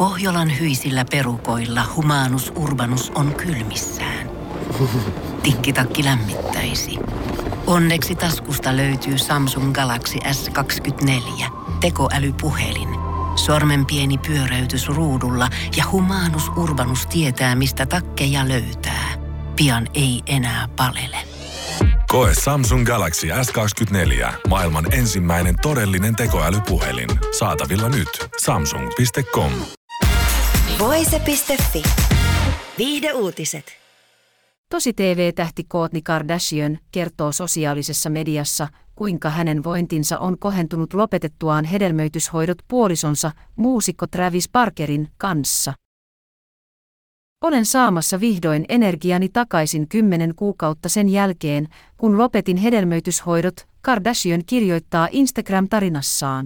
Pohjolan hyisillä perukoilla Humanus Urbanus on kylmissään. Tikkitakki lämmittäisi. Onneksi taskusta löytyy Samsung Galaxy S24, tekoälypuhelin. Sormen pieni pyöräytys ruudulla ja Humanus Urbanus tietää, mistä takkeja löytää. Pian ei enää palele. Koe Samsung Galaxy S24. Maailman ensimmäinen todellinen tekoälypuhelin. Saatavilla nyt. Samsung.com. Voise.fi. Viihdeuutiset. Tosi TV-tähti Kourtney Kardashian kertoo sosiaalisessa mediassa, kuinka hänen vointinsa on kohentunut lopetettuaan hedelmöityshoidot puolisonsa, muusikko Travis Barkerin, kanssa. Olen saamassa vihdoin energiani takaisin 10 kuukautta sen jälkeen, kun lopetin hedelmöityshoidot, Kardashian kirjoittaa Instagram-tarinassaan.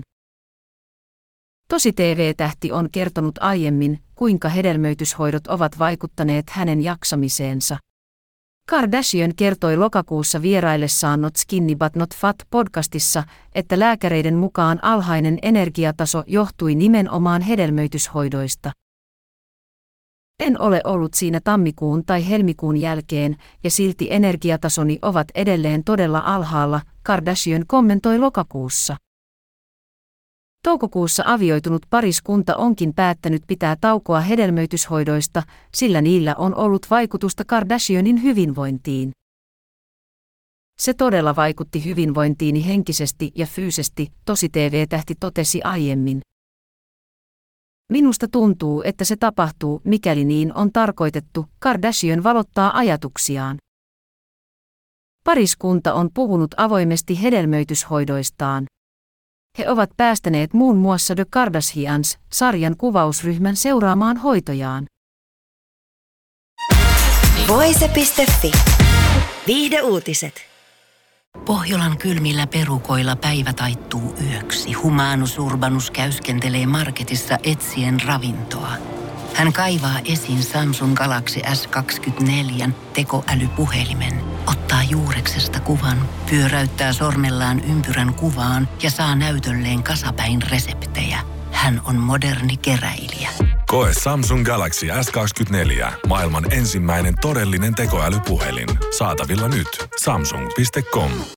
Tosi TV-tähti on kertonut aiemmin, kuinka hedelmöityshoidot ovat vaikuttaneet hänen jaksamiseensa. Kardashian kertoi lokakuussa vieraillessaan Not Skinny But Not Fat -podcastissa, että lääkäreiden mukaan alhainen energiataso johtui nimenomaan hedelmöityshoidoista. En ole ollut siinä tammikuun tai helmikuun jälkeen, ja silti energiatasoni ovat edelleen todella alhaalla, Kardashian kommentoi lokakuussa. Toukokuussa avioitunut pariskunta onkin päättänyt pitää taukoa hedelmöityshoidoista, sillä niillä on ollut vaikutusta Kardashianin hyvinvointiin. Se todella vaikutti hyvinvointiini henkisesti ja fyysisesti, Tosi TV-tähti totesi aiemmin. Minusta tuntuu, että se tapahtuu, mikäli niin on tarkoitettu, Kardashian valottaa ajatuksiaan. Pariskunta on puhunut avoimesti hedelmöityshoidoistaan. He ovat päästäneet muun muassa The Kardashians-sarjan kuvausryhmän seuraamaan hoitojaan. Voise.fi. Viihdeuutiset. Pohjolan kylmillä perukoilla päivä taittuu yöksi. Humanus Urbanus käyskentelee marketissa etsien ravintoa. Hän kaivaa esiin Samsung Galaxy S24 tekoälypuhelimen, ottaa juureksesta kuvan, pyöräyttää sormellaan ympyrän kuvaan ja saa näytölleen kasapäin reseptejä. Hän on moderni keräilijä. Koe Samsung Galaxy S24. Maailman ensimmäinen todellinen tekoälypuhelin. Saatavilla nyt. Samsung.com.